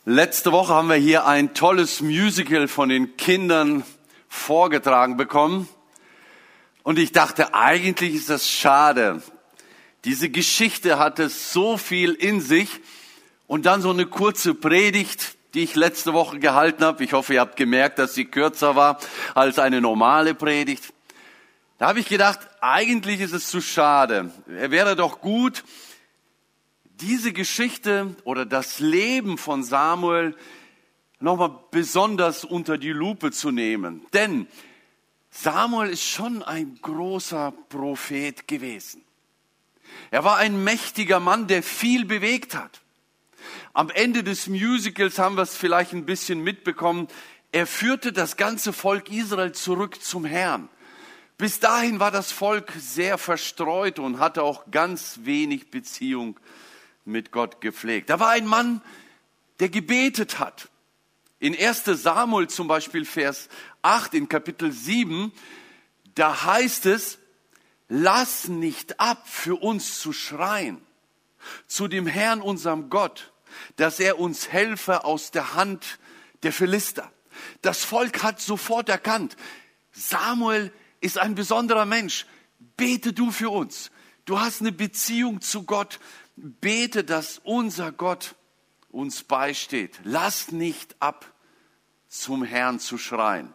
Letzte Woche haben wir hier ein tolles Musical von den Kindern vorgetragen bekommen. Und ich dachte, eigentlich ist das schade. Diese Geschichte hatte so viel in sich. Und dann so eine kurze Predigt, die ich letzte Woche gehalten habe. Ich hoffe, ihr habt gemerkt, dass sie kürzer war als eine normale Predigt. Da habe ich gedacht, eigentlich ist es zu schade. Es wäre doch gut, diese Geschichte oder das Leben von Samuel nochmal besonders unter die Lupe zu nehmen. Denn Samuel ist schon ein großer Prophet gewesen. Er war ein mächtiger Mann, der viel bewegt hat. Am Ende des Musicals haben wir es vielleicht ein bisschen mitbekommen. Er führte das ganze Volk Israel zurück zum Herrn. Bis dahin war das Volk sehr verstreut und hatte auch ganz wenig Beziehung mit Gott gepflegt. Da war ein Mann, der gebetet hat. In 1. Samuel zum Beispiel Vers 8 in Kapitel 7, da heißt es, lass nicht ab, für uns zu schreien, zu dem Herrn, unserem Gott, dass er uns helfe aus der Hand der Philister. Das Volk hat sofort erkannt, Samuel ist ein besonderer Mensch. Bete du für uns. Du hast eine Beziehung zu Gott. Bete, dass unser Gott uns beisteht. Lass nicht ab, zum Herrn zu schreien.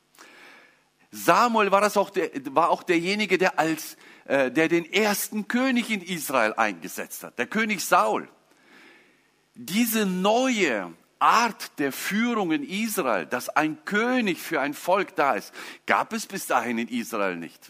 Samuel war auch derjenige, der den ersten König in Israel eingesetzt hat, der König Saul. Diese neue Art der Führung in Israel, dass ein König für ein Volk da ist, gab es bis dahin in Israel nicht.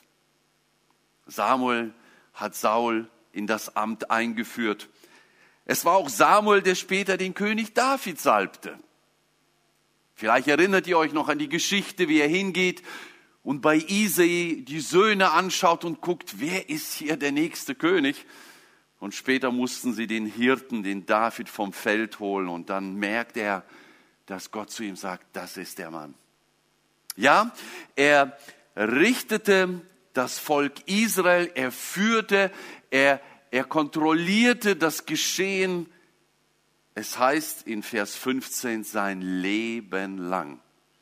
Samuel hat Saul in das Amt eingeführt. Es war auch Samuel, der später den König David salbte. Vielleicht erinnert ihr euch noch an die Geschichte, wie er hingeht und bei Isai die Söhne anschaut und guckt, wer ist hier der nächste König? Und später mussten sie den Hirten, den David, vom Feld holen. Und dann merkt er, dass Gott zu ihm sagt, das ist der Mann. Ja, er richtete das Volk Israel, er führte, er kontrollierte das Geschehen. Es heißt in Vers 15, sein Leben lang.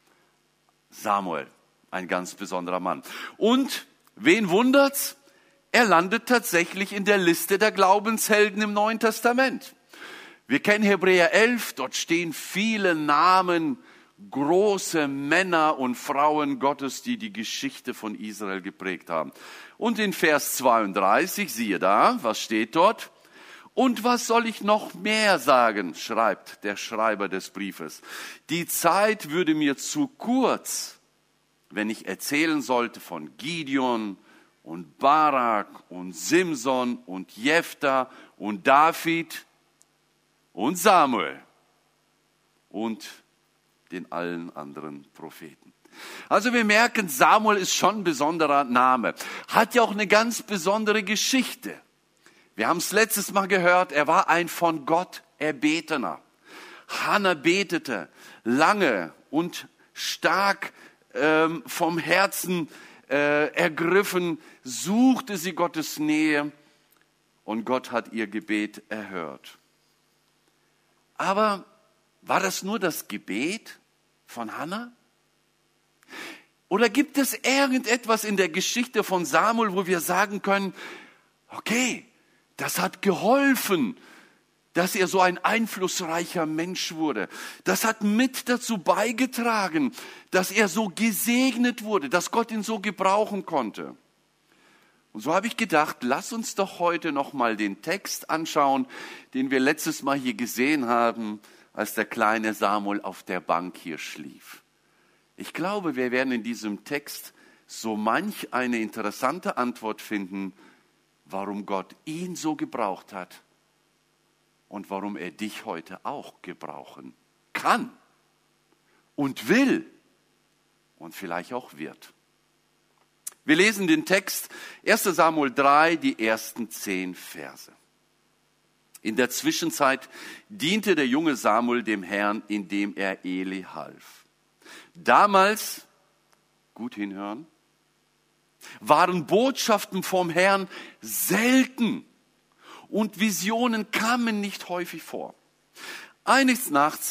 Samuel, ein ganz besonderer Mann. Und wen wundert's? Er landet tatsächlich in der Liste der Glaubenshelden im Neuen Testament. Wir kennen Hebräer 11, dort stehen viele Namen, große Männer und Frauen Gottes, die die Geschichte von Israel geprägt haben. Und in Vers 32, siehe da, was steht dort? Und was soll ich noch mehr sagen, schreibt der Schreiber des Briefes. Die Zeit würde mir zu kurz, wenn ich erzählen sollte von Gideon und Barak und Simson und Jephthah und David und Samuel und den allen anderen Propheten. Also wir merken, Samuel ist schon ein besonderer Name. Hat ja auch eine ganz besondere Geschichte. Wir haben es letztes Mal gehört, er war ein von Gott Erbetener. Hannah betete lange und stark vom Herzen ergriffen, suchte sie Gottes Nähe und Gott hat ihr Gebet erhört. Aber war das nur das Gebet von Hannah? Oder gibt es irgendetwas in der Geschichte von Samuel, wo wir sagen können, okay, das hat geholfen, dass er so ein einflussreicher Mensch wurde. Das hat mit dazu beigetragen, dass er so gesegnet wurde, dass Gott ihn so gebrauchen konnte. Und so habe ich gedacht, lass uns doch heute nochmal den Text anschauen, den wir letztes Mal hier gesehen haben, als der kleine Samuel auf der Bank hier schlief. Ich glaube, wir werden in diesem Text so manch eine interessante Antwort finden, warum Gott ihn so gebraucht hat und warum er dich heute auch gebrauchen kann und will und vielleicht auch wird. Wir lesen den Text 1. Samuel 3, die ersten 10 Verse. In der Zwischenzeit diente der junge Samuel dem Herrn, indem er Eli half. Damals, gut hinhören, waren Botschaften vom Herrn selten und Visionen kamen nicht häufig vor. Eines Nachts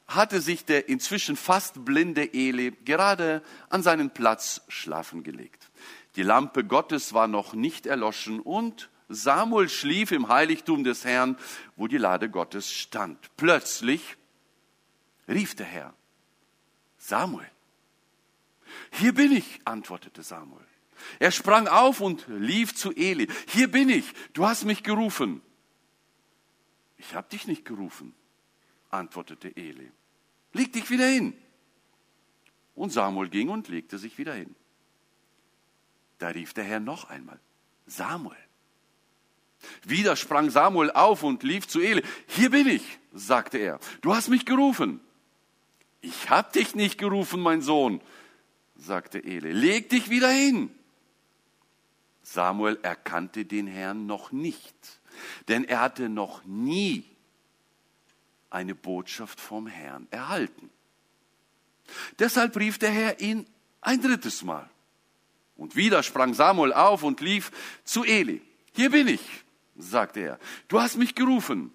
hatte sich der inzwischen fast blinde Eli gerade an seinen Platz schlafen gelegt. Die Lampe Gottes war noch nicht erloschen und Samuel schlief im Heiligtum des Herrn, wo die Lade Gottes stand. Plötzlich rief der Herr: Samuel. Hier bin ich, antwortete Samuel. Er sprang auf und lief zu Eli. Hier bin ich, du hast mich gerufen. Ich habe dich nicht gerufen, antwortete Eli. Leg dich wieder hin. Und Samuel ging und legte sich wieder hin. Da rief der Herr noch einmal: Samuel. Wieder sprang Samuel auf und lief zu Eli. Hier bin ich, sagte er. Du hast mich gerufen. Ich habe dich nicht gerufen, mein Sohn, sagte Eli. Leg dich wieder hin. Samuel erkannte den Herrn noch nicht, denn er hatte noch nie eine Botschaft vom Herrn erhalten. Deshalb rief der Herr ihn ein drittes Mal. Und wieder sprang Samuel auf und lief zu Eli. Hier bin ich, sagte er. Du hast mich gerufen.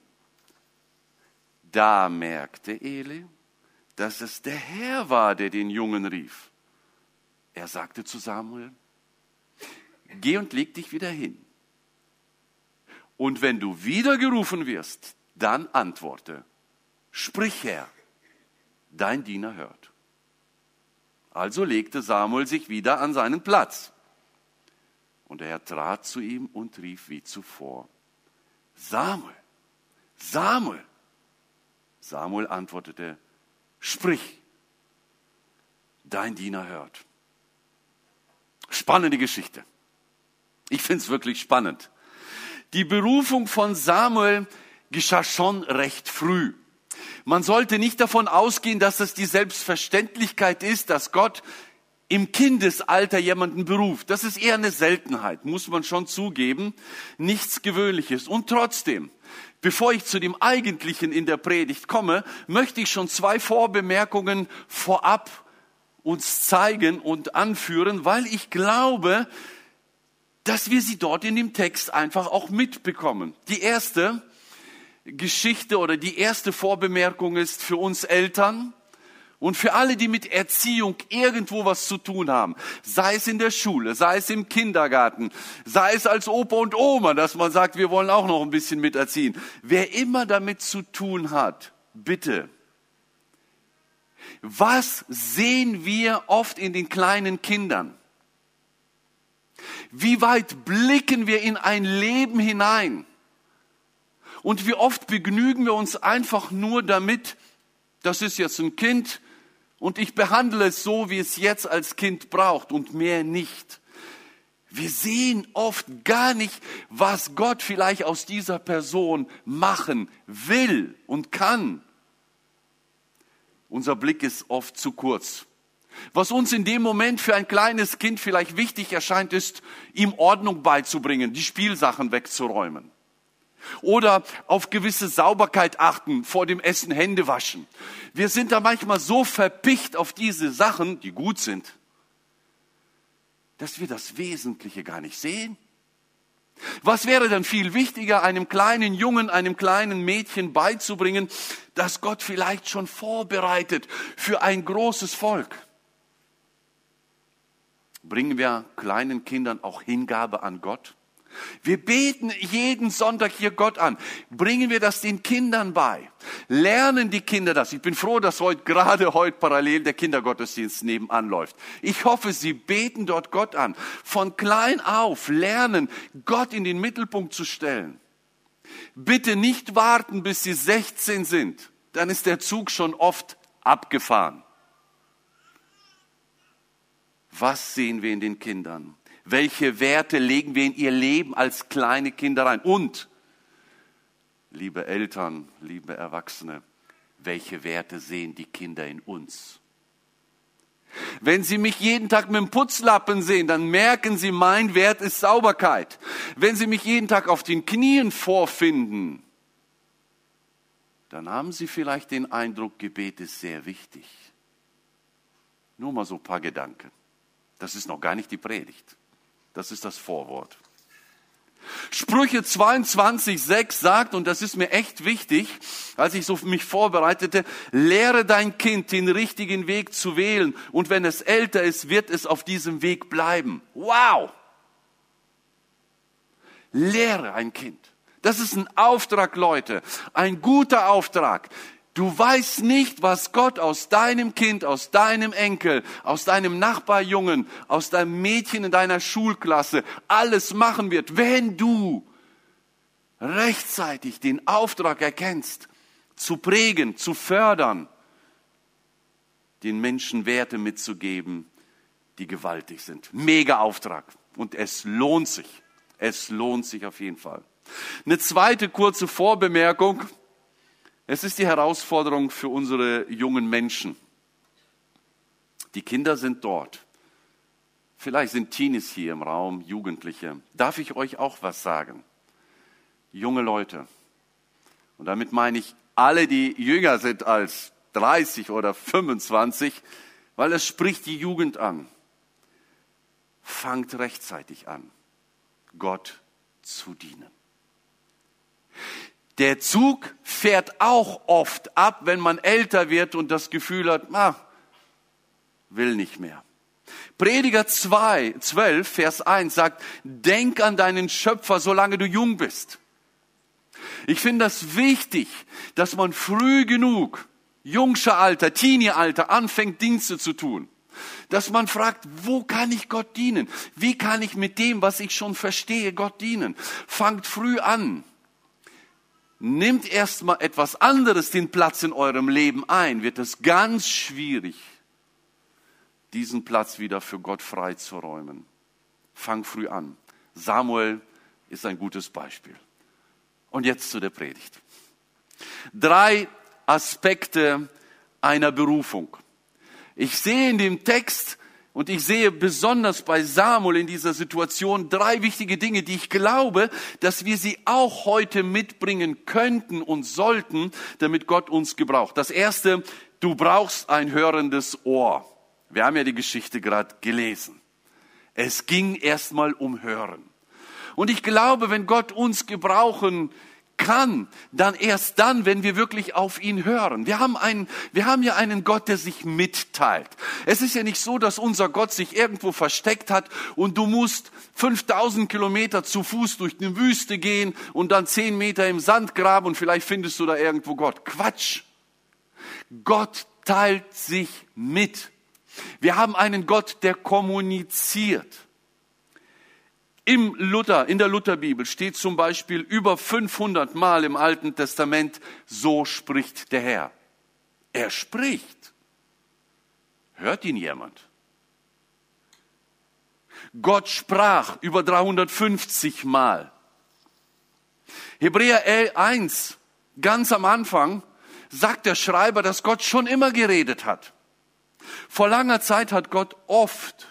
Da merkte Eli, dass es der Herr war, der den Jungen rief. Er sagte zu Samuel: Geh und leg dich wieder hin. Und wenn du wieder gerufen wirst, dann antworte: Sprich, Herr, dein Diener hört. Also legte Samuel sich wieder an seinen Platz. Und der Herr trat zu ihm und rief wie zuvor: Samuel, Samuel. Samuel antwortete: Sprich, dein Diener hört. Spannende Geschichte. Ich finde es wirklich spannend. Die Berufung von Samuel geschah schon recht früh. Man sollte nicht davon ausgehen, dass es die Selbstverständlichkeit ist, dass Gott im Kindesalter jemanden beruft. Das ist eher eine Seltenheit, muss man schon zugeben. Nichts Gewöhnliches. Und trotzdem, bevor ich zu dem Eigentlichen in der Predigt komme, möchte ich schon 2 Vorbemerkungen vorab uns zeigen und anführen, weil ich glaube, dass wir sie dort in dem Text einfach auch mitbekommen. Die erste Geschichte oder die erste Vorbemerkung ist für uns Eltern und für alle, die mit Erziehung irgendwo was zu tun haben. Sei es in der Schule, sei es im Kindergarten, sei es als Opa und Oma, dass man sagt, wir wollen auch noch ein bisschen miterziehen. Wer immer damit zu tun hat, bitte. Was sehen wir oft in den kleinen Kindern? Wie weit blicken wir in ein Leben hinein? Und wie oft begnügen wir uns einfach nur damit, das ist jetzt ein Kind und ich behandle es so, wie es jetzt als Kind braucht und mehr nicht. Wir sehen oft gar nicht, was Gott vielleicht aus dieser Person machen will und kann. Unser Blick ist oft zu kurz. Was uns in dem Moment für ein kleines Kind vielleicht wichtig erscheint, ist, ihm Ordnung beizubringen, die Spielsachen wegzuräumen. Oder auf gewisse Sauberkeit achten, vor dem Essen Hände waschen. Wir sind da manchmal so verpicht auf diese Sachen, die gut sind, dass wir das Wesentliche gar nicht sehen. Was wäre dann viel wichtiger, einem kleinen Jungen, einem kleinen Mädchen beizubringen, dass Gott vielleicht schon vorbereitet für ein großes Volk? Bringen wir kleinen Kindern auch Hingabe an Gott? Wir beten jeden Sonntag hier Gott an. Bringen wir das den Kindern bei? Lernen die Kinder das? Ich bin froh, dass gerade heute parallel der Kindergottesdienst nebenan läuft. Ich hoffe, sie beten dort Gott an. Von klein auf lernen, Gott in den Mittelpunkt zu stellen. Bitte nicht warten, bis sie 16 sind. Dann ist der Zug schon oft abgefahren. Was sehen wir in den Kindern? Welche Werte legen wir in ihr Leben als kleine Kinder rein? Und, liebe Eltern, liebe Erwachsene, welche Werte sehen die Kinder in uns? Wenn sie mich jeden Tag mit dem Putzlappen sehen, dann merken sie, mein Wert ist Sauberkeit. Wenn sie mich jeden Tag auf den Knien vorfinden, dann haben sie vielleicht den Eindruck, Gebet ist sehr wichtig. Nur mal so ein paar Gedanken. Das ist noch gar nicht die Predigt. Das ist das Vorwort. Sprüche 22,6 sagt, und das ist mir echt wichtig, als ich so mich vorbereitete, lehre dein Kind, den richtigen Weg zu wählen. Und wenn es älter ist, wird es auf diesem Weg bleiben. Wow! Lehre ein Kind. Das ist ein Auftrag, Leute. Ein guter Auftrag. Du weißt nicht, was Gott aus deinem Kind, aus deinem Enkel, aus deinem Nachbarjungen, aus deinem Mädchen in deiner Schulklasse alles machen wird, wenn du rechtzeitig den Auftrag erkennst, zu prägen, zu fördern, den Menschen Werte mitzugeben, die gewaltig sind. Mega Auftrag. Und es lohnt sich. Es lohnt sich auf jeden Fall. Eine zweite kurze Vorbemerkung. Es ist die Herausforderung für unsere jungen Menschen. Die Kinder sind dort. Vielleicht sind Teenies hier im Raum, Jugendliche. Darf ich euch auch was sagen? Junge Leute. Und damit meine ich alle, die jünger sind als 30 oder 25, weil es spricht die Jugend an. Fangt rechtzeitig an, Gott zu dienen. Der Zug fährt auch oft ab, wenn man älter wird und das Gefühl hat, will nicht mehr. Prediger 12, Vers 1 sagt, denk an deinen Schöpfer, solange du jung bist. Ich finde das wichtig, dass man früh genug, Jungscheralter, Teenie-Alter, anfängt Dienste zu tun. Dass man fragt, wo kann ich Gott dienen? Wie kann ich mit dem, was ich schon verstehe, Gott dienen? Fangt früh an. Nimmt erstmal etwas anderes den Platz in eurem Leben ein, wird es ganz schwierig, diesen Platz wieder für Gott freizuräumen. Fang früh an. Samuel ist ein gutes Beispiel. Und jetzt zu der Predigt. 3 Aspekte einer Berufung. Ich sehe in dem Text und ich sehe besonders bei Samuel in dieser Situation 3 wichtige Dinge, die ich glaube, dass wir sie auch heute mitbringen könnten und sollten, damit Gott uns gebraucht. Das erste, du brauchst ein hörendes Ohr. Wir haben ja die Geschichte gerade gelesen. Es ging erstmal um Hören. Und ich glaube, wenn Gott uns gebrauchen kann, dann erst dann, wenn wir wirklich auf ihn hören. Wir haben ja einen Gott, der sich mitteilt. Es ist ja nicht so, dass unser Gott sich irgendwo versteckt hat und du musst 5000 Kilometer zu Fuß durch die Wüste gehen und dann 10 Meter im Sand graben und vielleicht findest du da irgendwo Gott. Quatsch! Gott teilt sich mit. Wir haben einen Gott, der kommuniziert. In der Lutherbibel steht zum Beispiel über 500 Mal im Alten Testament, so spricht der Herr. Er spricht. Hört ihn jemand? Gott sprach über 350 Mal. Hebräer 1, ganz am Anfang, sagt der Schreiber, dass Gott schon immer geredet hat. Vor langer Zeit hat Gott oft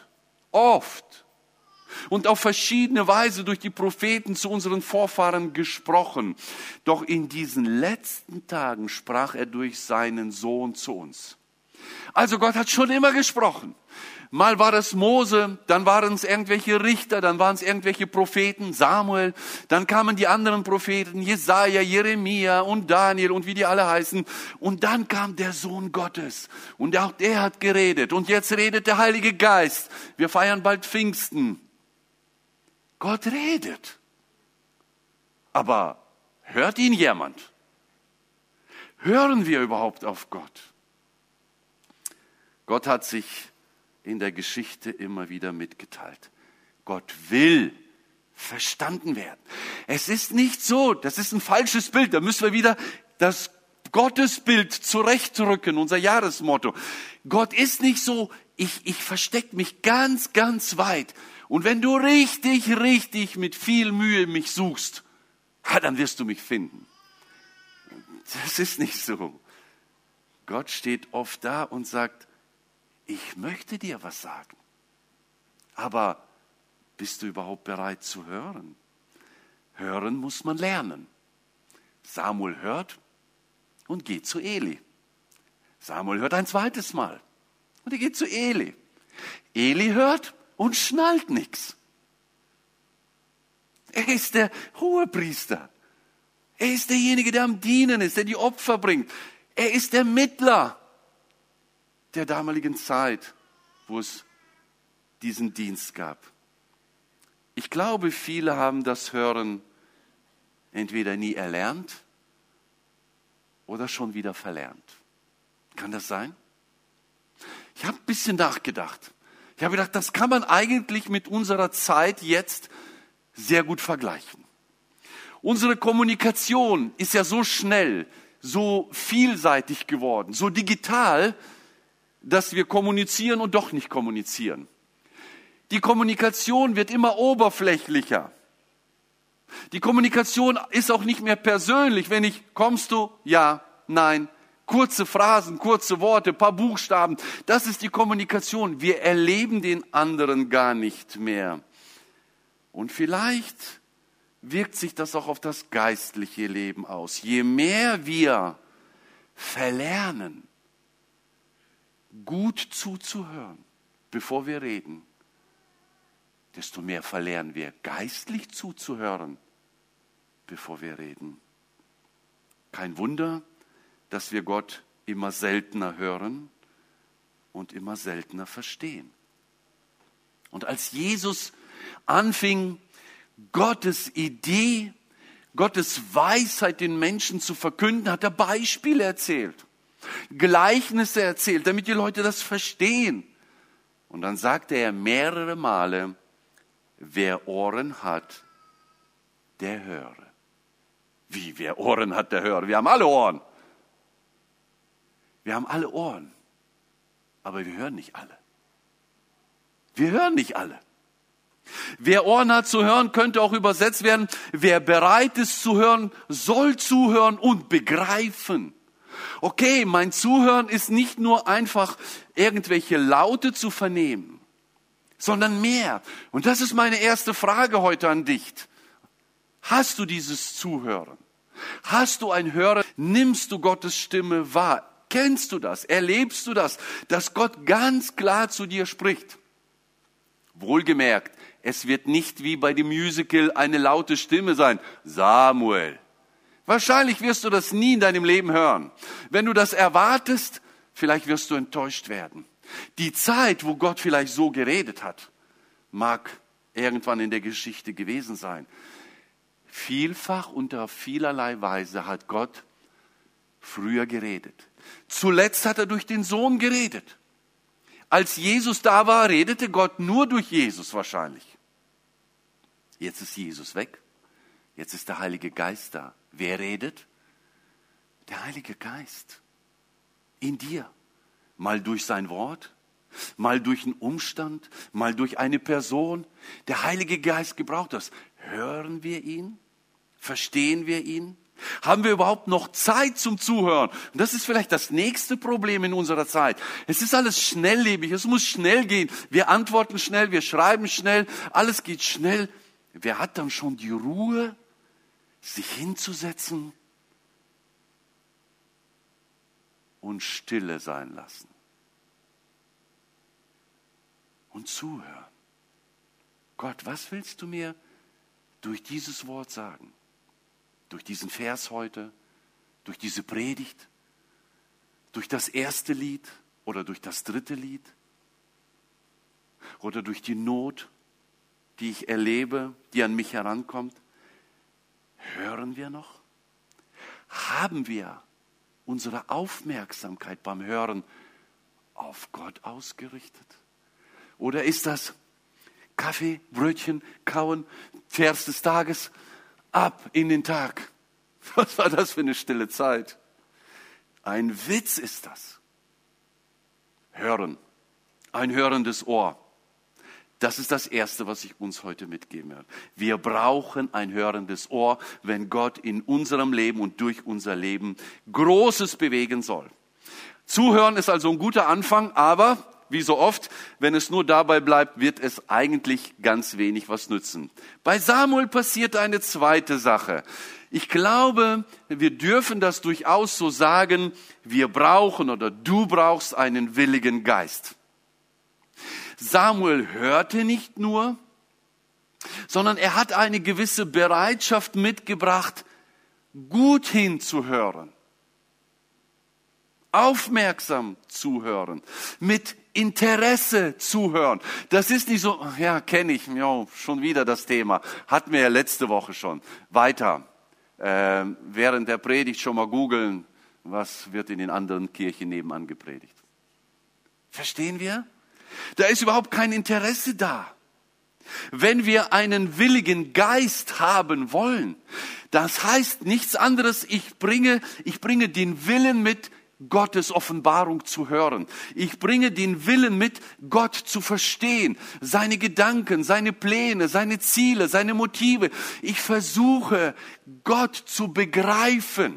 und auf verschiedene Weise durch die Propheten zu unseren Vorfahren gesprochen. Doch in diesen letzten Tagen sprach er durch seinen Sohn zu uns. Also Gott hat schon immer gesprochen. Mal war es Mose, dann waren es irgendwelche Richter, dann waren es irgendwelche Propheten, Samuel, dann kamen die anderen Propheten, Jesaja, Jeremia und Daniel und wie die alle heißen. Und dann kam der Sohn Gottes und auch der hat geredet. Und jetzt redet der Heilige Geist. Wir feiern bald Pfingsten. Gott redet. Aber hört ihn jemand? Hören wir überhaupt auf Gott? Gott hat sich in der Geschichte immer wieder mitgeteilt. Gott will verstanden werden. Es ist nicht so, das ist ein falsches Bild, da müssen wir wieder das Gottesbild zurechtrücken, unser Jahresmotto. Gott ist nicht so, ich verstecke mich ganz, ganz weit. Und wenn du richtig mit viel Mühe mich suchst, dann wirst du mich finden. Das ist nicht so. Gott steht oft da und sagt, ich möchte dir was sagen. Aber bist du überhaupt bereit zu hören? Hören muss man lernen. Samuel hört und geht zu Eli. Samuel hört ein zweites Mal und er geht zu Eli. Eli hört und schnallt nichts. Er ist der Hohepriester. Er ist derjenige, der am Dienen ist, der die Opfer bringt. Er ist der Mittler der damaligen Zeit, wo es diesen Dienst gab. Ich glaube, viele haben das Hören entweder nie erlernt oder schon wieder verlernt. Kann das sein? Ich habe ein bisschen nachgedacht. Ich habe gedacht, das kann man eigentlich mit unserer Zeit jetzt sehr gut vergleichen. Unsere Kommunikation ist ja so schnell, so vielseitig geworden, so digital, dass wir kommunizieren und doch nicht kommunizieren. Die Kommunikation wird immer oberflächlicher. Die Kommunikation ist auch nicht mehr persönlich. Kommst du? Ja, nein. Kurze Phrasen, kurze Worte, paar Buchstaben. Das ist die Kommunikation. Wir erleben den anderen gar nicht mehr. Und vielleicht wirkt sich das auch auf das geistliche Leben aus. Je mehr wir verlernen, gut zuzuhören, bevor wir reden, desto mehr verlernen wir, geistlich zuzuhören, bevor wir reden. Kein Wunder, dass wir Gott immer seltener hören und immer seltener verstehen. Und als Jesus anfing, Gottes Idee, Gottes Weisheit den Menschen zu verkünden, hat er Beispiele erzählt, Gleichnisse erzählt, damit die Leute das verstehen. Und dann sagte er mehrere Male, wer Ohren hat, der höre. Wie, wer Ohren hat, der höre? Wir haben alle Ohren. Wir haben alle Ohren, aber wir hören nicht alle. Wir hören nicht alle. Wer Ohren hat zu hören, könnte auch übersetzt werden, wer bereit ist zu hören, soll zuhören und begreifen. Okay, mein Zuhören ist nicht nur einfach irgendwelche Laute zu vernehmen, sondern mehr. Und das ist meine erste Frage heute an dich. Hast du dieses Zuhören? Hast du ein Hören? Nimmst du Gottes Stimme wahr? Kennst du das? Erlebst du das? Dass Gott ganz klar zu dir spricht. Wohlgemerkt, es wird nicht wie bei dem Musical eine laute Stimme sein. Samuel. Wahrscheinlich wirst du das nie in deinem Leben hören. Wenn du das erwartest, vielleicht wirst du enttäuscht werden. Die Zeit, wo Gott vielleicht so geredet hat, mag irgendwann in der Geschichte gewesen sein. Vielfach und auf vielerlei Weise hat Gott früher geredet. Zuletzt hat er durch den Sohn geredet. Als Jesus da war, redete Gott nur durch Jesus wahrscheinlich. Jetzt ist Jesus weg. Jetzt ist der Heilige Geist da. Wer redet? Der Heilige Geist. In dir. Mal durch sein Wort, mal durch einen Umstand, mal durch eine Person. Der Heilige Geist gebraucht das. Hören wir ihn? Verstehen wir ihn? Haben wir überhaupt noch Zeit zum Zuhören? Und das ist vielleicht das nächste Problem in unserer Zeit. Es ist alles schnelllebig, es muss schnell gehen. Wir antworten schnell, wir schreiben schnell, alles geht schnell. Wer hat dann schon die Ruhe, sich hinzusetzen und Stille sein lassen? Und zuhören. Gott, was willst du mir durch dieses Wort sagen? Durch diesen Vers heute, durch diese Predigt, durch das erste Lied oder durch das dritte Lied oder durch die Not, die ich erlebe, die an mich herankommt. Hören wir noch? Haben wir unsere Aufmerksamkeit beim Hören auf Gott ausgerichtet? Oder ist das Kaffee, Brötchen, Kauen, Vers des Tages, ab in den Tag? Was war das für eine stille Zeit? Ein Witz ist das. Hören, ein hörendes Ohr. Das ist das Erste, was ich uns heute mitgeben werde. Wir brauchen ein hörendes Ohr, wenn Gott in unserem Leben und durch unser Leben Großes bewegen soll. Zuhören ist also ein guter Anfang, aber wie so oft, wenn es nur dabei bleibt, wird es eigentlich ganz wenig was nützen. Bei Samuel passiert eine zweite Sache. Ich glaube, wir dürfen das durchaus so sagen, wir brauchen oder du brauchst einen willigen Geist. Samuel hörte nicht nur, sondern er hat eine gewisse Bereitschaft mitgebracht, gut hinzuhören, aufmerksam zuhören, mit Interesse zuhören. Das ist nicht so, ja, kenne ich, ja, schon wieder das Thema. Hatten wir ja letzte Woche schon. Weiter. Während der Predigt schon mal googeln, was wird in den anderen Kirchen nebenan gepredigt. Verstehen wir? Da ist überhaupt kein Interesse da. Wenn wir einen willigen Geist haben wollen, das heißt nichts anderes, ich bringe den Willen mit, Gottes Offenbarung zu hören. Ich bringe den Willen mit, Gott zu verstehen, seine Gedanken, seine Pläne, seine Ziele, seine Motive. Ich versuche, Gott zu begreifen.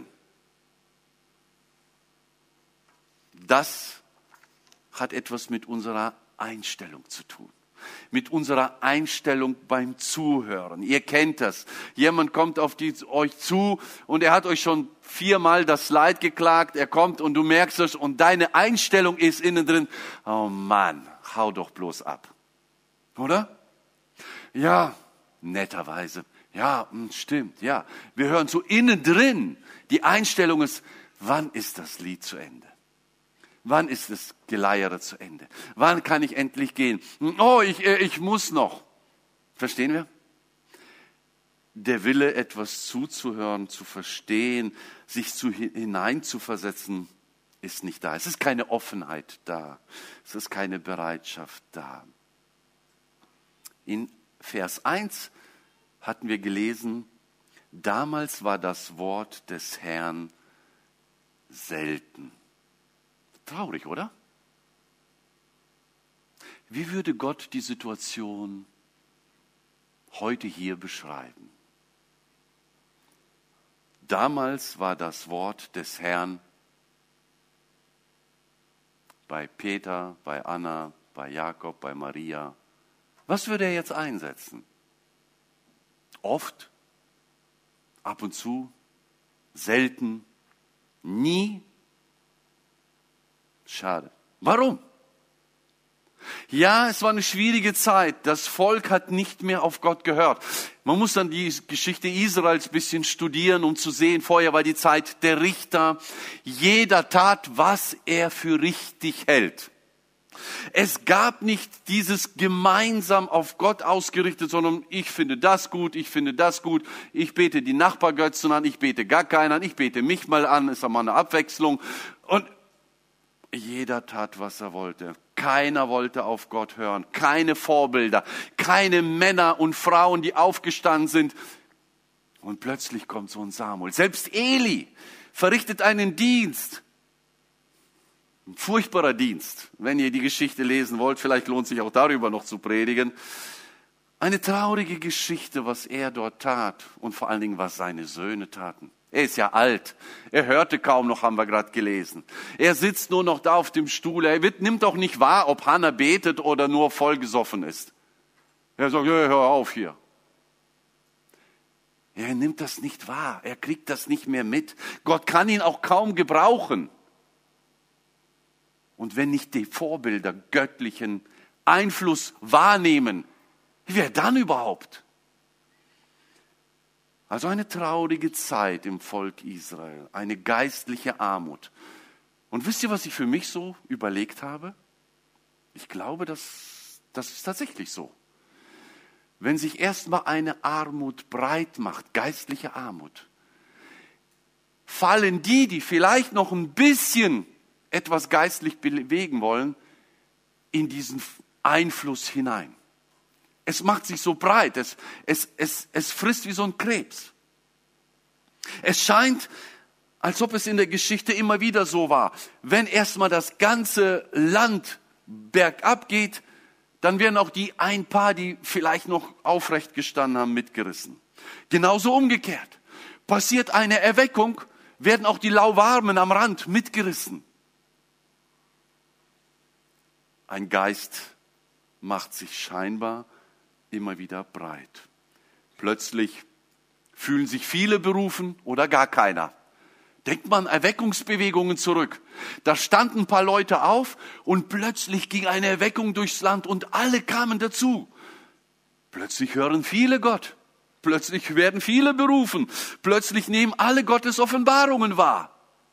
Das hat etwas mit unserer Einstellung zu tun. Mit unserer Einstellung beim Zuhören. Ihr kennt das. Jemand kommt auf euch zu und er hat euch schon 4-mal das Leid geklagt. Er kommt und du merkst es und deine Einstellung ist innen drin, oh Mann, hau doch bloß ab. Oder? Ja, netterweise. Ja, stimmt, ja. Wir hören so innen drin. Die Einstellung ist, wann ist das Lied zu Ende? Wann ist das Geleiere zu Ende? Wann kann ich endlich gehen? Oh, ich muss noch. Verstehen wir? Der Wille, etwas zuzuhören, zu verstehen, sich hineinzuversetzen, ist nicht da. Es ist keine Offenheit da. Es ist keine Bereitschaft da. In Vers 1 hatten wir gelesen, damals war das Wort des Herrn selten. Traurig, oder? Wie würde Gott die Situation heute hier beschreiben? Damals war das Wort des Herrn bei Peter, bei Anna, bei Jakob, bei Maria. Was würde er jetzt einsetzen? Oft, ab und zu, selten, nie. Schade. Warum? Ja, es war eine schwierige Zeit. Das Volk hat nicht mehr auf Gott gehört. Man muss dann die Geschichte Israels ein bisschen studieren, um zu sehen, vorher war die Zeit der Richter. Jeder tat, was er für richtig hält. Es gab nicht dieses gemeinsam auf Gott ausgerichtet, sondern ich finde das gut, ich finde das gut. Ich bete die Nachbargötzen an, ich bete gar keinen an, ich bete mich mal an, ist einmal eine Abwechslung. Und jeder tat, was er wollte. Keiner wollte auf Gott hören. Keine Vorbilder. Keine Männer und Frauen, die aufgestanden sind. Und plötzlich kommt so ein Samuel. Selbst Eli verrichtet einen Dienst. Ein furchtbarer Dienst. Wenn ihr die Geschichte lesen wollt, vielleicht lohnt sich auch darüber noch zu predigen. Eine traurige Geschichte, was er dort tat. Und vor allen Dingen, was seine Söhne taten. Er ist ja alt. Er hörte kaum noch, haben wir gerade gelesen. Er sitzt nur noch da auf dem Stuhl. Er nimmt auch nicht wahr, ob Hannah betet oder nur vollgesoffen ist. Er sagt, ja, hör auf hier. Er nimmt das nicht wahr. Er kriegt das nicht mehr mit. Gott kann ihn auch kaum gebrauchen. Und wenn nicht die Vorbilder göttlichen Einfluss wahrnehmen, wer dann überhaupt? Also eine traurige Zeit im Volk Israel, eine geistliche Armut. Und wisst ihr, was ich für mich so überlegt habe? Ich glaube, das ist tatsächlich so. Wenn sich erstmal eine Armut breit macht, geistliche Armut, fallen die vielleicht noch ein bisschen etwas geistlich bewegen wollen, in diesen Einfluss hinein. Es macht sich so breit, es frisst wie so ein Krebs. Es scheint, als ob es in der Geschichte immer wieder so war. Wenn erstmal das ganze Land bergab geht, dann werden auch die ein paar, die vielleicht noch aufrecht gestanden haben, mitgerissen. Genauso umgekehrt. Passiert eine Erweckung, werden auch die Lauwarmen am Rand mitgerissen. Ein Geist macht sich scheinbar immer wieder breit. Plötzlich fühlen sich viele berufen oder gar keiner. Denkt man Erweckungsbewegungen zurück. Da standen ein paar Leute auf und plötzlich ging eine Erweckung durchs Land und alle kamen dazu. Plötzlich hören viele Gott. Plötzlich werden viele berufen. Plötzlich nehmen alle Gottes Offenbarungen wahr.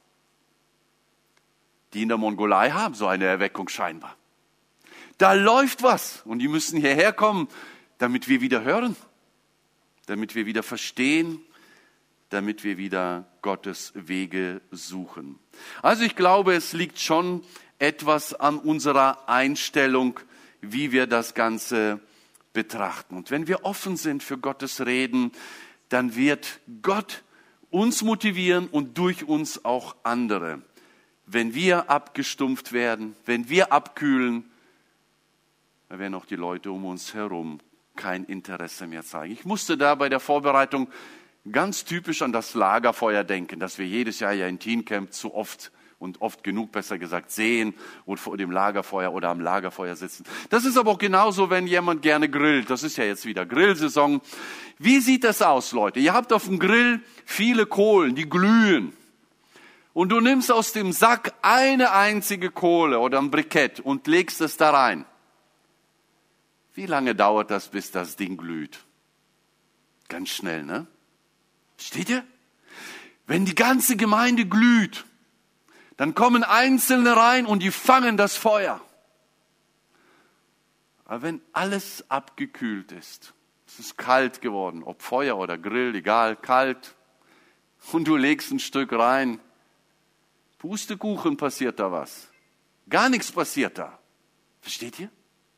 Die in der Mongolei haben so eine Erweckung scheinbar. Da läuft was und die müssen hierher kommen, damit wir wieder hören, damit wir wieder verstehen, damit wir wieder Gottes Wege suchen. Also ich glaube, es liegt schon etwas an unserer Einstellung, wie wir das Ganze betrachten. Und wenn wir offen sind für Gottes Reden, dann wird Gott uns motivieren und durch uns auch andere. Wenn wir abgestumpft werden, wenn wir abkühlen, dann werden auch die Leute um uns herum kein Interesse mehr zeigen. Ich musste da bei der Vorbereitung ganz typisch an das Lagerfeuer denken, das wir jedes Jahr ja in Teencamp zu oft und oft genug, besser gesagt, sehen und vor dem Lagerfeuer oder am Lagerfeuer sitzen. Das ist aber auch genauso, wenn jemand gerne grillt. Das ist ja jetzt wieder Grillsaison. Wie sieht das aus, Leute? Ihr habt auf dem Grill viele Kohlen, die glühen. Und du nimmst aus dem Sack eine einzige Kohle oder ein Brikett und legst es da rein. Wie lange dauert das, bis das Ding glüht? Ganz schnell, ne? Steht ihr? Wenn die ganze Gemeinde glüht, dann kommen Einzelne rein und die fangen das Feuer. Aber wenn alles abgekühlt ist, es ist kalt geworden, ob Feuer oder Grill, egal, kalt, und du legst ein Stück rein, Pustekuchen, passiert da was. Gar nichts passiert da. Versteht ihr?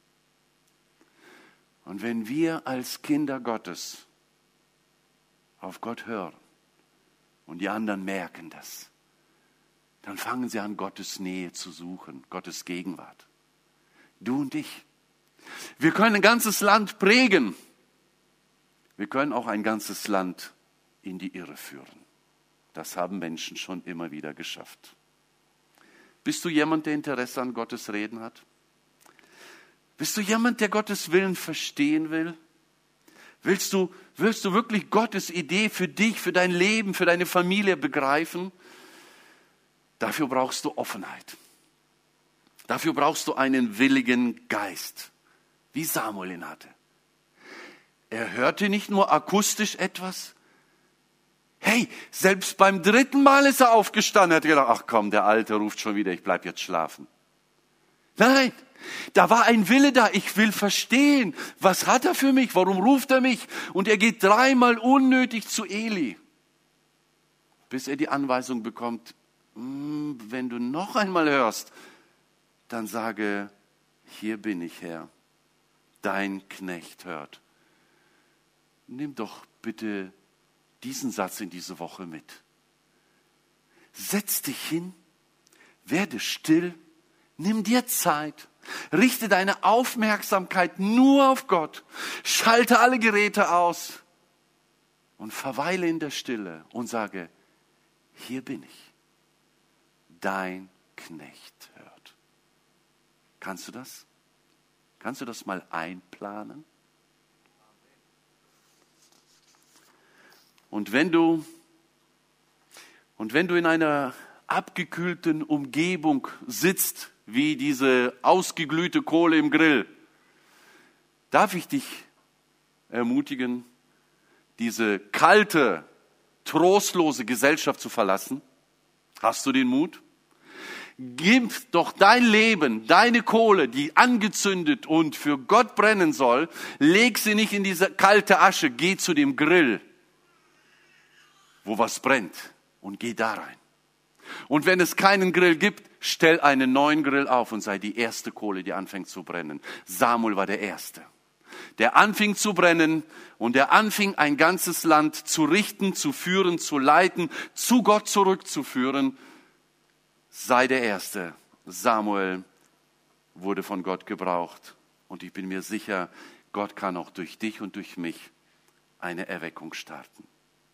Und wenn wir als Kinder Gottes auf Gott hören und die anderen merken das, dann fangen sie an, Gottes Nähe zu suchen, Gottes Gegenwart. Du und ich. Wir können ein ganzes Land prägen. Wir können auch ein ganzes Land in die Irre führen. Das haben Menschen schon immer wieder geschafft. Bist du jemand, der Interesse an Gottes Reden hat? Bist du jemand, der Gottes Willen verstehen will? Willst du wirklich Gottes Idee für dich, für dein Leben, für deine Familie begreifen? Dafür brauchst du Offenheit. Dafür brauchst du einen willigen Geist, wie Samuel ihn hatte. Er hörte nicht nur akustisch etwas. Hey, selbst beim 3. Mal ist er aufgestanden. Er hat gedacht, ach komm, der Alte ruft schon wieder, ich bleib jetzt schlafen. Nein, da war ein Wille da. Ich will verstehen, was hat er für mich? Warum ruft er mich? Und er geht 3-mal unnötig zu Eli, bis er die Anweisung bekommt, wenn du noch einmal hörst, dann sage, hier bin ich, Herr, dein Knecht hört. Nimm doch bitte diesen Satz in diese Woche mit. Setz dich hin, werde still, nimm dir Zeit, richte deine Aufmerksamkeit nur auf Gott, schalte alle Geräte aus und verweile in der Stille und sage, hier bin ich. Dein Knecht hört. Kannst du das? Kannst du das mal einplanen? Und wenn du in einer abgekühlten Umgebung sitzt, wie diese ausgeglühte Kohle im Grill, darf ich dich ermutigen, diese kalte, trostlose Gesellschaft zu verlassen? Hast du den Mut? Gib doch dein Leben, deine Kohle, die angezündet und für Gott brennen soll, leg sie nicht in diese kalte Asche, geh zu dem Grill, wo was brennt, und geh da rein. Und wenn es keinen Grill gibt, stell einen neuen Grill auf und sei die erste Kohle, die anfängt zu brennen. Samuel war der Erste, der anfing zu brennen und der anfing, ein ganzes Land zu richten, zu führen, zu leiten, zu Gott zurückzuführen. Sei der Erste. Samuel wurde von Gott gebraucht. Und ich bin mir sicher, Gott kann auch durch dich und durch mich eine Erweckung starten.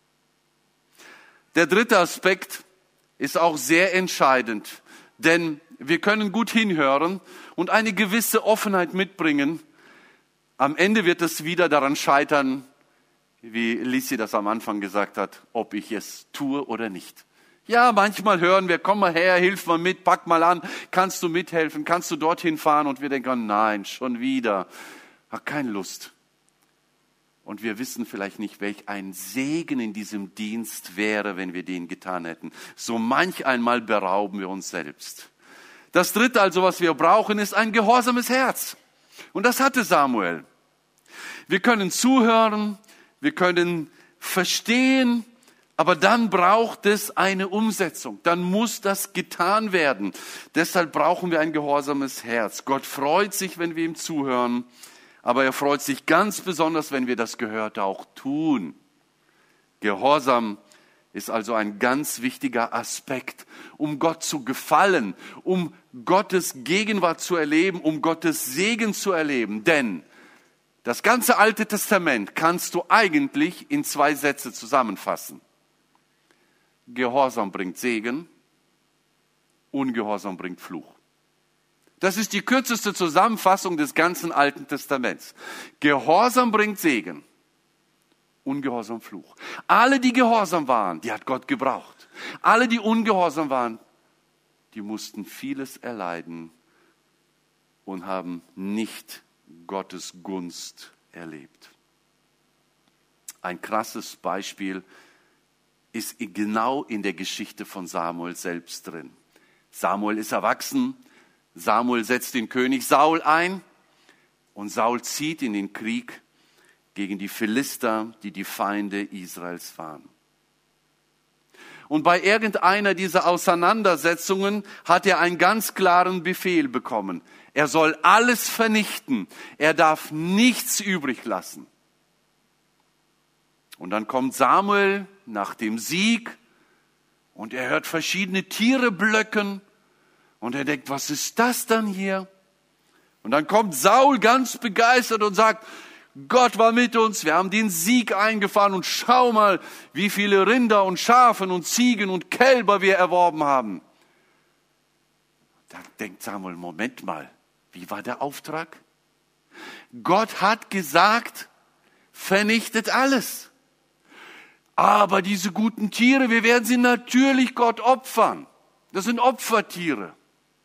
Der 3. Aspekt ist auch sehr entscheidend, denn wir können gut hinhören und eine gewisse Offenheit mitbringen. Am Ende wird es wieder daran scheitern, wie Lissi das am Anfang gesagt hat, ob ich es tue oder nicht. Ja, manchmal hören wir, komm mal her, hilf mal mit, pack mal an, kannst du mithelfen, kannst du dorthin fahren? Und wir denken, oh nein, schon wieder, hab keine Lust. Und wir wissen vielleicht nicht, welch ein Segen in diesem Dienst wäre, wenn wir den getan hätten. So manch einmal berauben wir uns selbst. Das Dritte also, was wir brauchen, ist ein gehorsames Herz. Und das hatte Samuel. Wir können zuhören, wir können verstehen, aber dann braucht es eine Umsetzung. Dann muss das getan werden. Deshalb brauchen wir ein gehorsames Herz. Gott freut sich, wenn wir ihm zuhören, aber er freut sich ganz besonders, wenn wir das Gehörte auch tun. Gehorsam ist also ein ganz wichtiger Aspekt, um Gott zu gefallen, um Gottes Gegenwart zu erleben, um Gottes Segen zu erleben. Denn das ganze Alte Testament kannst du eigentlich in 2 Sätze zusammenfassen. Gehorsam bringt Segen, Ungehorsam bringt Fluch. Das ist die kürzeste Zusammenfassung des ganzen Alten Testaments. Gehorsam bringt Segen, Ungehorsam Fluch. Alle, die gehorsam waren, die hat Gott gebraucht. Alle, die ungehorsam waren, die mussten vieles erleiden und haben nicht Gottes Gunst erlebt. Ein krasses Beispiel ist genau in der Geschichte von Samuel selbst drin. Samuel ist erwachsen, Samuel setzt den König Saul ein und Saul zieht in den Krieg gegen die Philister, die die Feinde Israels waren. Und bei irgendeiner dieser Auseinandersetzungen hat er einen ganz klaren Befehl bekommen. Er soll alles vernichten. Er darf nichts übrig lassen. Und dann kommt Samuel nach dem Sieg und er hört verschiedene Tiere blöcken und er denkt, was ist das dann hier? Und dann kommt Saul ganz begeistert und sagt, Gott war mit uns, wir haben den Sieg eingefahren und schau mal, wie viele Rinder und Schafen und Ziegen und Kälber wir erworben haben. Da denkt Samuel, Moment mal, wie war der Auftrag? Gott hat gesagt, vernichtet alles. Aber diese guten Tiere, wir werden sie natürlich Gott opfern. Das sind Opfertiere.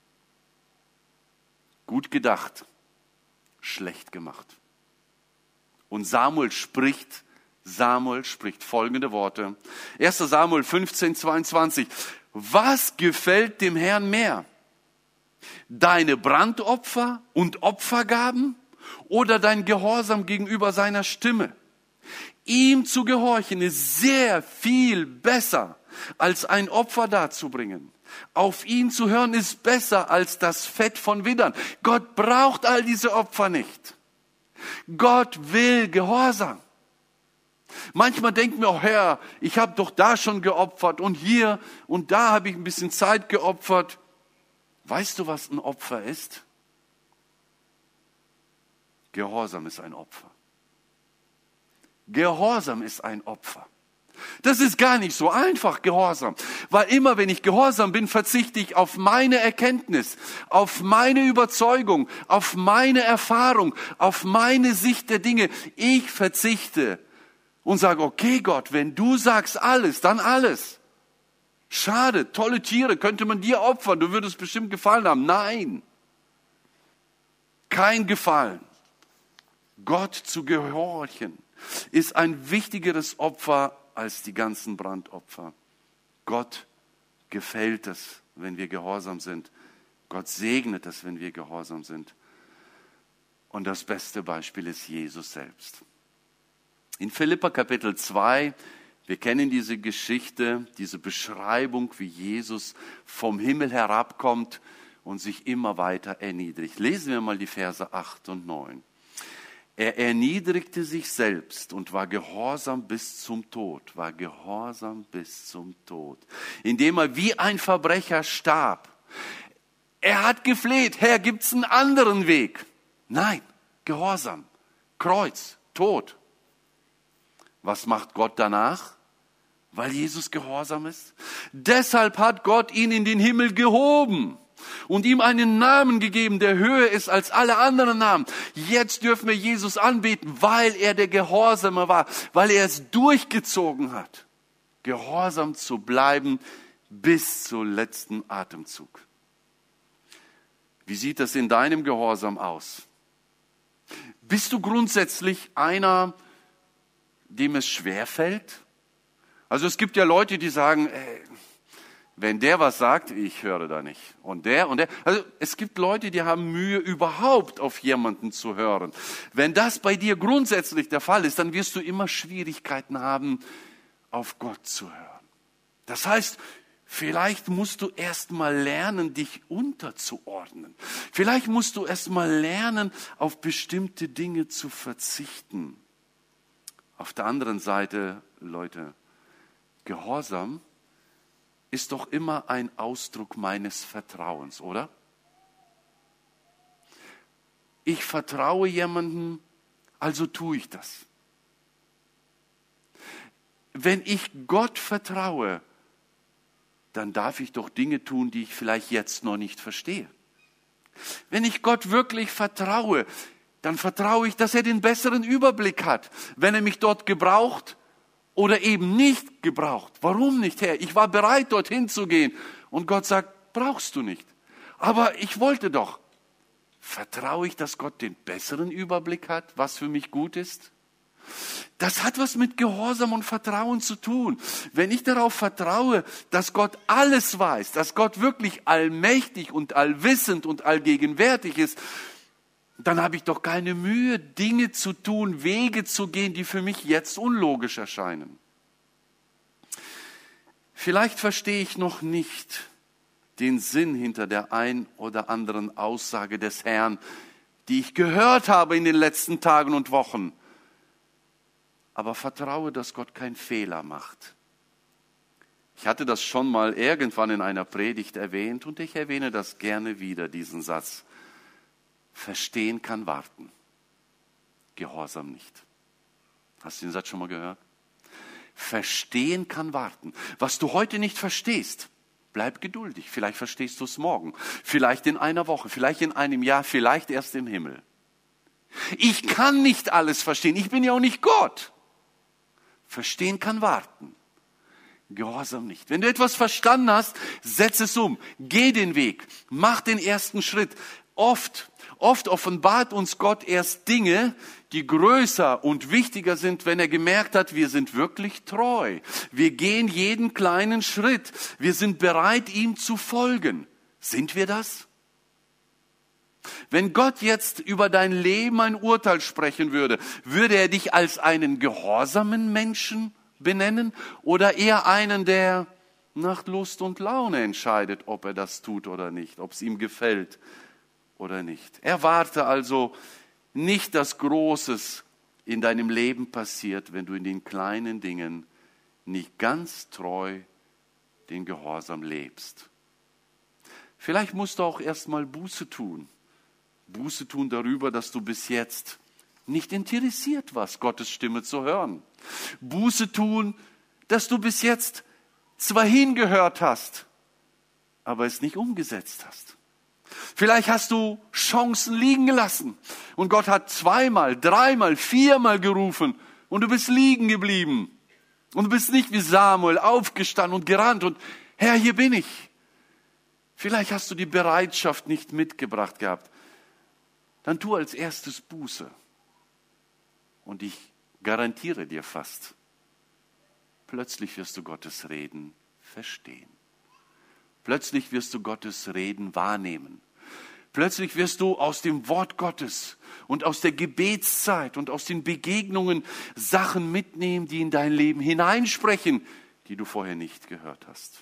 Gut gedacht, schlecht gemacht. Und Samuel spricht folgende Worte. 1. Samuel 15:22. Was gefällt dem Herrn mehr? Deine Brandopfer und Opfergaben oder dein Gehorsam gegenüber seiner Stimme? Ihm zu gehorchen ist sehr viel besser, als ein Opfer darzubringen. Auf ihn zu hören ist besser als das Fett von Widdern. Gott braucht all diese Opfer nicht. Gott will Gehorsam. Manchmal denken wir, oh Herr, ich habe doch da schon geopfert und hier und da habe ich ein bisschen Zeit geopfert. Weißt du, was ein Opfer ist? Gehorsam ist ein Opfer. Gehorsam ist ein Opfer. Das ist gar nicht so einfach, Gehorsam. Weil immer, wenn ich gehorsam bin, verzichte ich auf meine Erkenntnis, auf meine Überzeugung, auf meine Erfahrung, auf meine Sicht der Dinge. Ich verzichte und sage, okay Gott, wenn du sagst alles, dann alles. Schade, tolle Tiere, könnte man dir opfern, du würdest bestimmt Gefallen haben. Nein, kein Gefallen. Gott zu gehorchen ist ein wichtigeres Opfer als die ganzen Brandopfer. Gott gefällt es, wenn wir gehorsam sind. Gott segnet es, wenn wir gehorsam sind. Und das beste Beispiel ist Jesus selbst. In Philipper Kapitel 2, wir kennen diese Geschichte, diese Beschreibung, wie Jesus vom Himmel herabkommt und sich immer weiter erniedrigt. Lesen wir mal die Verse 8 und 9. Er erniedrigte sich selbst und war gehorsam bis zum Tod, indem er wie ein Verbrecher starb. Er hat gefleht, Herr, gibt's einen anderen Weg? Nein, Gehorsam, Kreuz, Tod. Was macht Gott danach? Weil Jesus gehorsam ist. Deshalb hat Gott ihn in den Himmel gehoben und ihm einen Namen gegeben, der höher ist als alle anderen Namen. Jetzt dürfen wir Jesus anbeten, weil er der Gehorsame war, weil er es durchgezogen hat, gehorsam zu bleiben bis zum letzten Atemzug. Wie sieht das in deinem Gehorsam aus? Bist du grundsätzlich einer, dem es schwerfällt? Also es gibt ja Leute, die sagen, wenn der was sagt, ich höre da nicht. Und der. Also es gibt Leute, die haben Mühe, überhaupt auf jemanden zu hören. Wenn das bei dir grundsätzlich der Fall ist, dann wirst du immer Schwierigkeiten haben, auf Gott zu hören. Das heißt, vielleicht musst du erst mal lernen, dich unterzuordnen. Vielleicht musst du erst mal lernen, auf bestimmte Dinge zu verzichten. Auf der anderen Seite, Leute, Gehorsam ist doch immer ein Ausdruck meines Vertrauens, oder? Ich vertraue jemandem, also tue ich das. Wenn ich Gott vertraue, dann darf ich doch Dinge tun, die ich vielleicht jetzt noch nicht verstehe. Wenn ich Gott wirklich vertraue, dann vertraue ich, dass er den besseren Überblick hat, wenn er mich dort gebraucht oder eben nicht gebraucht. Warum nicht, Herr? Ich war bereit, dorthin zu gehen. Und Gott sagt, brauchst du nicht. Aber ich wollte doch. Vertraue ich, dass Gott den besseren Überblick hat, was für mich gut ist? Das hat was mit Gehorsam und Vertrauen zu tun. Wenn ich darauf vertraue, dass Gott alles weiß, dass Gott wirklich allmächtig und allwissend und allgegenwärtig ist, dann habe ich doch keine Mühe, Dinge zu tun, Wege zu gehen, die für mich jetzt unlogisch erscheinen. Vielleicht verstehe ich noch nicht den Sinn hinter der ein oder anderen Aussage des Herrn, die ich gehört habe in den letzten Tagen und Wochen. Aber vertraue, dass Gott keinen Fehler macht. Ich hatte das schon mal irgendwann in einer Predigt erwähnt und ich erwähne das gerne wieder, diesen Satz. Verstehen kann warten, Gehorsam nicht. Hast du den Satz schon mal gehört? Verstehen kann warten. Was du heute nicht verstehst, bleib geduldig. Vielleicht verstehst du es morgen, vielleicht in einer Woche, vielleicht in einem Jahr, vielleicht erst im Himmel. Ich kann nicht alles verstehen, ich bin ja auch nicht Gott. Verstehen kann warten, Gehorsam nicht. Wenn du etwas verstanden hast, setz es um, geh den Weg, mach den ersten Schritt. Oft offenbart uns Gott erst Dinge, die größer und wichtiger sind, wenn er gemerkt hat, wir sind wirklich treu. Wir gehen jeden kleinen Schritt. Wir sind bereit, ihm zu folgen. Sind wir das? Wenn Gott jetzt über dein Leben ein Urteil sprechen würde, würde er dich als einen gehorsamen Menschen benennen oder eher einen, der nach Lust und Laune entscheidet, ob er das tut oder nicht, ob es ihm gefällt oder nicht. Erwarte also nicht, dass Großes in deinem Leben passiert, wenn du in den kleinen Dingen nicht ganz treu den Gehorsam lebst. Vielleicht musst du auch erstmal Buße tun. Buße tun darüber, dass du bis jetzt nicht interessiert warst, Gottes Stimme zu hören. Buße tun, dass du bis jetzt zwar hingehört hast, aber es nicht umgesetzt hast. Vielleicht hast du Chancen liegen gelassen und Gott hat 2-mal, 3-mal, 4-mal gerufen und du bist liegen geblieben. Und du bist nicht wie Samuel aufgestanden und gerannt und Herr, hier bin ich. Vielleicht hast du die Bereitschaft nicht mitgebracht gehabt. Dann tu als erstes Buße. Und ich garantiere dir fast, plötzlich wirst du Gottes Reden verstehen. Plötzlich wirst du Gottes Reden wahrnehmen. Plötzlich wirst du aus dem Wort Gottes und aus der Gebetszeit und aus den Begegnungen Sachen mitnehmen, die in dein Leben hineinsprechen, die du vorher nicht gehört hast.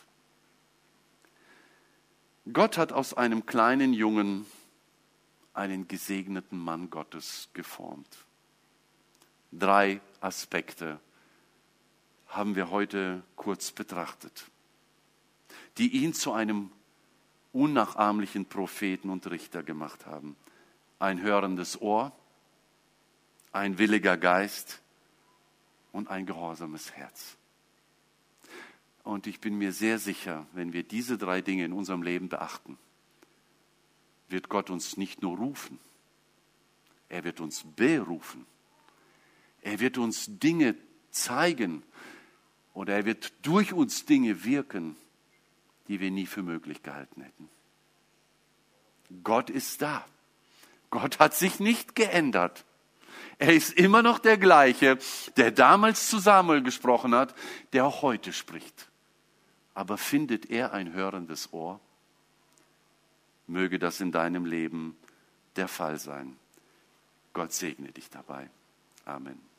Gott hat aus einem kleinen Jungen einen gesegneten Mann Gottes geformt. 3 Aspekte haben wir heute kurz betrachtet, die ihn zu einem unnachahmlichen Propheten und Richter gemacht haben. Ein hörendes Ohr, ein williger Geist und ein gehorsames Herz. Und ich bin mir sehr sicher, wenn wir diese 3 Dinge in unserem Leben beachten, wird Gott uns nicht nur rufen, er wird uns berufen. Er wird uns Dinge zeigen oder er wird durch uns Dinge wirken, die wir nie für möglich gehalten hätten. Gott ist da. Gott hat sich nicht geändert. Er ist immer noch der gleiche, der damals zu Samuel gesprochen hat, der auch heute spricht. Aber findet er ein hörendes Ohr? Möge das in deinem Leben der Fall sein. Gott segne dich dabei. Amen.